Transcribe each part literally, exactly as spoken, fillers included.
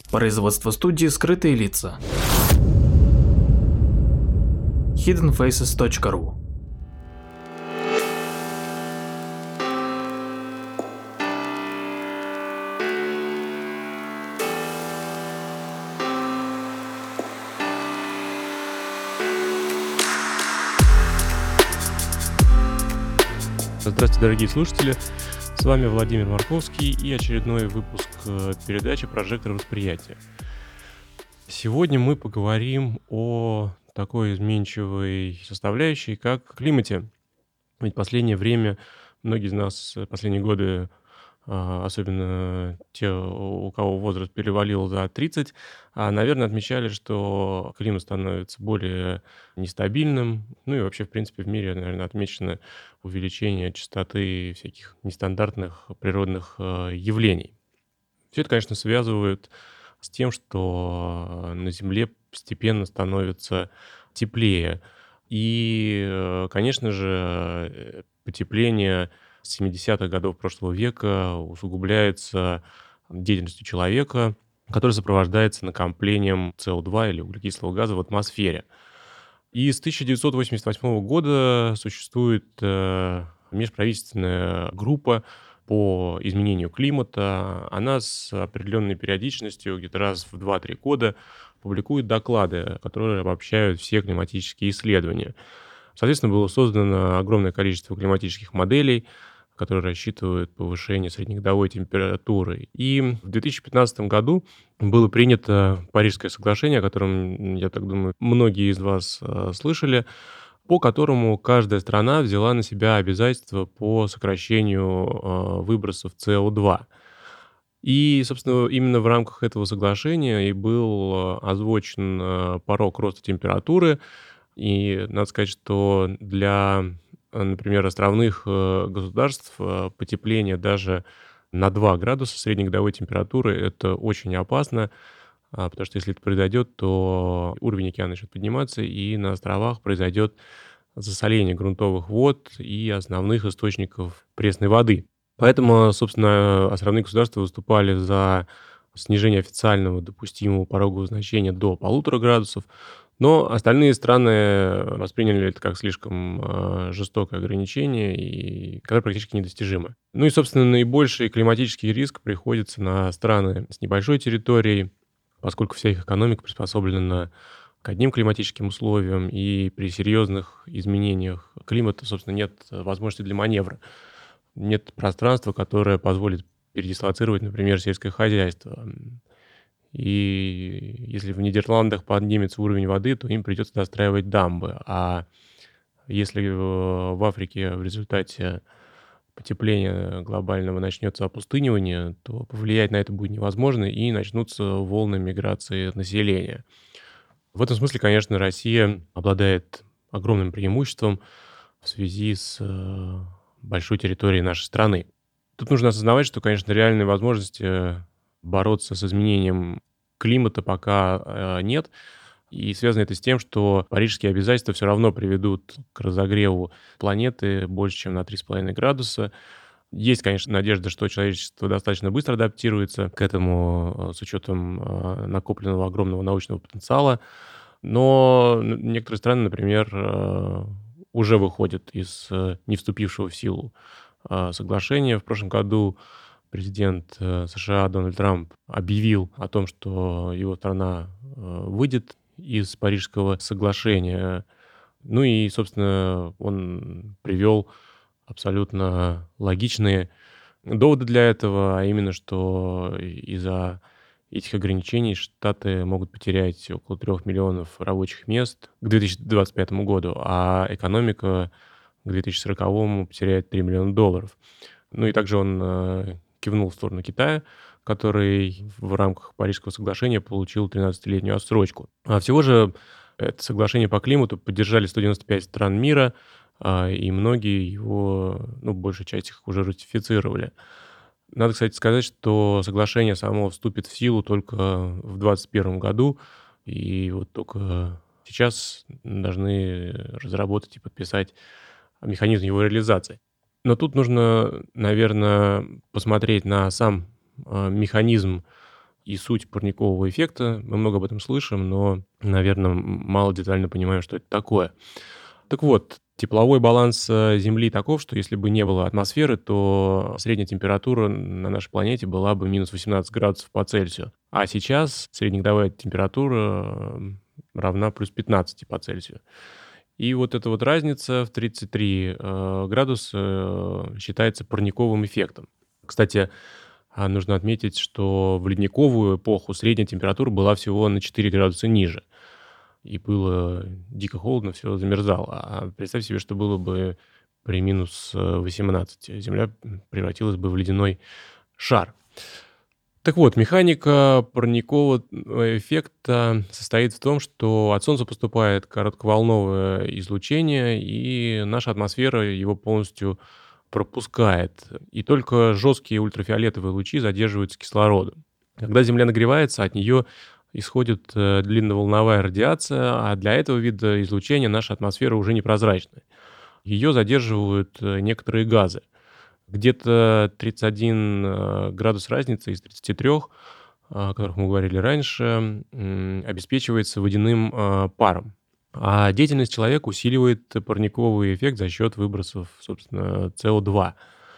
Производство студии «Скрытые лица». хиден фейсес точка ру. Здравствуйте, дорогие слушатели, с вами Владимир Марковский и очередной выпуск передачи «Прожектор восприятия». Сегодня мы поговорим о такой изменчивой составляющей, как климате. Ведь в последнее время многие из нас, последние годы, особенно те, у кого возраст перевалил за тридцать, наверное, отмечали, что климат становится более нестабильным. Ну и вообще, в принципе, в мире, наверное, отмечено увеличение частоты всяких нестандартных природных явлений. Все это, конечно, связывают с тем, что на Земле постепенно становится теплее. И, конечно же, потепление с семидесятых годов прошлого века усугубляется деятельностью человека, которая сопровождается накоплением си о два или углекислого газа в атмосфере. И с тысяча девятьсот восемьдесят восьмого года существует межправительственная группа по изменению климата. Она с определенной периодичностью, где-то раз в два-три года, публикует доклады, которые обобщают все климатические исследования. Соответственно, было создано огромное количество климатических моделей, которые рассчитывают повышение среднегодовой температуры. И в две тысячи пятнадцатом году было принято Парижское соглашение, о котором, я так думаю, многие из вас слышали, по которому каждая страна взяла на себя обязательства по сокращению выбросов си о два. И, собственно, именно в рамках этого соглашения и был озвучен порог роста температуры. И надо сказать, что для, например, островных государств потепление даже на два градуса среднегодовой температуры — это очень опасно, потому что если это произойдет, то уровень океана начнет подниматься, и на островах произойдет засоление грунтовых вод и основных источников пресной воды. Поэтому, собственно, островные государства выступали за снижение официального допустимого порогового значения до полутора градусов, но остальные страны восприняли это как слишком жестокое ограничение, и которое практически недостижимо. Ну и, собственно, наибольший климатический риск приходится на страны с небольшой территорией, поскольку вся их экономика приспособлена к одним климатическим условиям, и при серьезных изменениях климата, собственно, нет возможности для маневра. Нет пространства, которое позволит передислоцировать, например, сельское хозяйство. И если в Нидерландах поднимется уровень воды, то им придется достраивать дамбы. А если в Африке в результате потепления глобального начнется опустынивание, то повлиять на это будет невозможно, и начнутся волны миграции населения. В этом смысле, конечно, Россия обладает огромным преимуществом в связи с большой территорией нашей страны. Тут нужно осознавать, что, конечно, реальной возможности бороться с изменением климата пока нет. И связано это с тем, что парижские обязательства все равно приведут к разогреву планеты больше, чем на три с половиной градуса. Есть, конечно, надежда, что человечество достаточно быстро адаптируется к этому с учетом накопленного огромного научного потенциала. Но некоторые страны, например, уже выходят из не вступившего в силу соглашения. В прошлом году президент США Дональд Трамп объявил о том, что его страна выйдет из Парижского соглашения. Ну и, собственно, он привел абсолютно логичные доводы для этого, а именно, что из-за этих ограничений Штаты могут потерять около трех миллионов рабочих мест к две тысячи двадцать пятому году, а экономика к две тысячи сороковому потеряет три миллиона долларов. Ну и также он кивнул в сторону Китая, который в рамках Парижского соглашения получил тринадцатилетнюю отсрочку. А всего же это соглашение по климату поддержали сто девяносто пять стран мира, и многие его, ну, большая часть их уже ратифицировали. Надо, кстати, сказать, что соглашение само вступит в силу только в двадцать первом году, и вот только сейчас должны разработать и подписать механизм его реализации. Но тут нужно, наверное, посмотреть на сам механизм и суть парникового эффекта. Мы много об этом слышим, но, наверное, мало детально понимаем, что это такое. Так вот, тепловой баланс э, Земли таков, что если бы не было атмосферы, то средняя температура на нашей планете была бы минус восемнадцать градусов по Цельсию. А сейчас среднегодовая температура э, равна плюс пятнадцать по Цельсию. И вот эта вот разница в тридцать три э, градуса э, считается парниковым эффектом. Кстати, а, нужно отметить, что в ледниковую эпоху средняя температура была всего на четыре градуса ниже. И было дико холодно, все замерзало. А представь себе, что было бы при минус э, восемнадцати. Земля превратилась бы в ледяной шар. Так вот, механика парникового эффекта состоит в том, что от Солнца поступает коротковолновое излучение, и наша атмосфера его полностью пропускает. И только жесткие ультрафиолетовые лучи задерживаются кислородом. Когда Земля нагревается, от нее исходит э, длинноволновая радиация, а для этого вида излучения наша атмосфера уже непрозрачная. Ее задерживают э, некоторые газы. Где-то тридцать один э, градус разницы из тридцати трёх, о которых мы говорили раньше, м, обеспечивается водяным э, паром. А деятельность человека усиливает парниковый эффект за счет выбросов, собственно, С О два.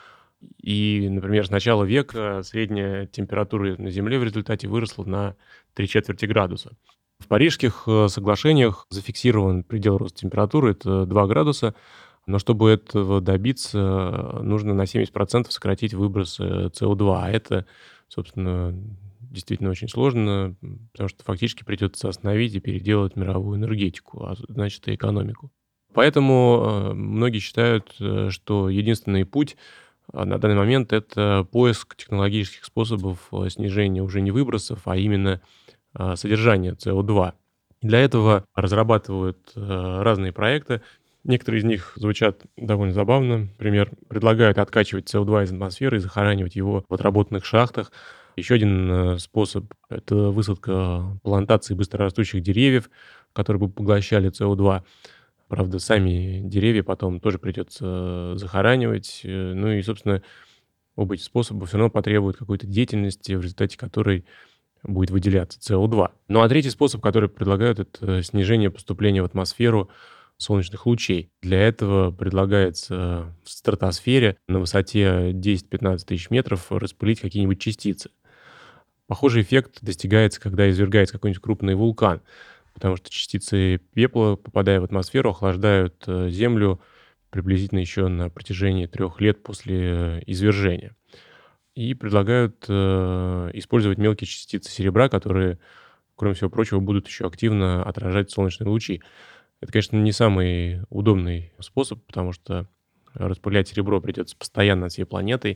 И, например, с начала века средняя температура на Земле в результате выросла на три четверти градуса. В Парижских э, соглашениях зафиксирован предел роста температуры, это два градуса, но чтобы этого добиться, э, нужно на семьдесят процентов сократить выбросы С О два, а это, собственно, действительно очень сложно, м, потому что фактически придется остановить и переделать мировую энергетику, а значит и экономику. Поэтому э, многие считают, э, что единственный путь а, на данный момент это поиск технологических способов э, снижения уже не выбросов, а именно а, содержания С О два. Для этого разрабатывают э, разные проекты. Некоторые из них звучат довольно забавно. Например, предлагают откачивать С О два из атмосферы и захоранивать его в отработанных шахтах. Еще один э, способ — это высадка плантаций быстрорастущих деревьев, которые бы поглощали С О два. Правда, сами деревья потом тоже придется захоранивать. э, Ну и, собственно, оба эти способа все равно потребуют какой-то деятельности, в результате которой будет выделяться С О два. Ну а третий способ, который предлагают, это снижение поступления в атмосферу солнечных лучей. Для этого предлагается в стратосфере на высоте десять-пятнадцать тысяч метров распылить какие-нибудь частицы. Похожий эффект достигается, когда извергается какой-нибудь крупный вулкан, потому что частицы пепла, попадая в атмосферу, охлаждают э, Землю приблизительно еще на протяжении трех лет после э, извержения. И предлагают э, использовать мелкие частицы серебра, которые, кроме всего прочего, будут еще активно отражать солнечные лучи. Это, конечно, не самый удобный способ, потому что распылять серебро придется постоянно над всей планетой.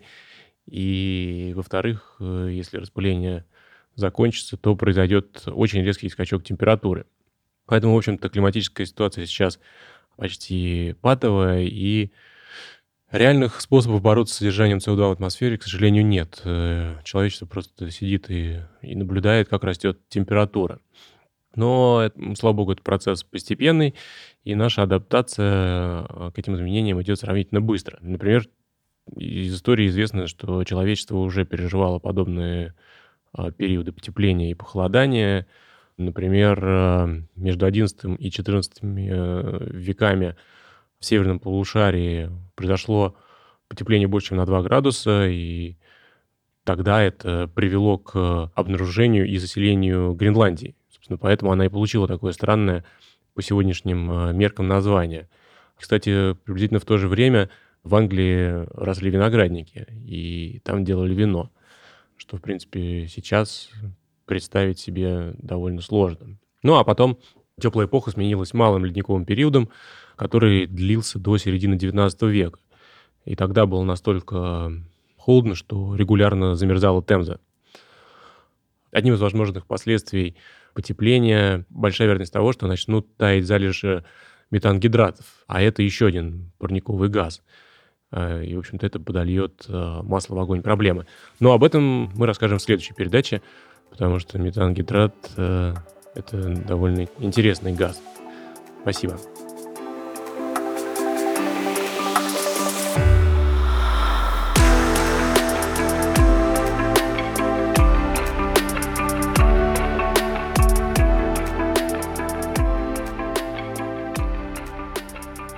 И, во-вторых, э, если распыление закончится, то произойдет очень резкий скачок температуры. Поэтому, в общем-то, климатическая ситуация сейчас почти патовая, и реальных способов бороться с содержанием С О два в атмосфере, к сожалению, нет. Э, Человечество просто сидит и, и наблюдает, как растет температура. Но, это, м, слава богу, это процесс постепенный, и наша адаптация э, к этим изменениям идет сравнительно быстро. Например, из истории известно, что человечество уже переживало подобные а, периоды потепления и похолодания. Например, э, между одиннадцатым и четырнадцатым э, веками в северном полушарии произошло потепление больше, чем на два градуса, и тогда это привело к обнаружению и заселению Гренландии. Собственно, поэтому она и получила такое странное по сегодняшним э, меркам название. Кстати, приблизительно в то же время в Англии росли виноградники, и там делали вино, что, в принципе, сейчас представить себе довольно сложно. Ну, а потом теплая эпоха сменилась малым ледниковым периодом, который длился до середины девятнадцатого века. И тогда было настолько холодно, что регулярно замерзала Темза. Одним из возможных последствий потепления большая вероятность того, что начнут таять залежи метангидратов, а это еще один парниковый газ. Э, И, в общем-то, это подольет э, масло в огонь проблемы. Но об этом мы расскажем в следующей передаче, потому что метангидрат э, — это довольно интересный газ. Спасибо.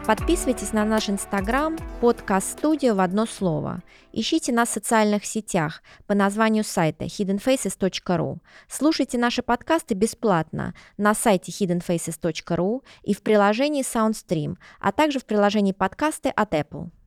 Подписывайтесь на наш инстаграм подкаст студио в одно слово. Ищите нас в социальных сетях по названию сайта hidden faces точка ру. Слушайте наши подкасты бесплатно на сайте hidden faces точка ру и в приложении SoundStream, а также в приложении подкасты от Apple.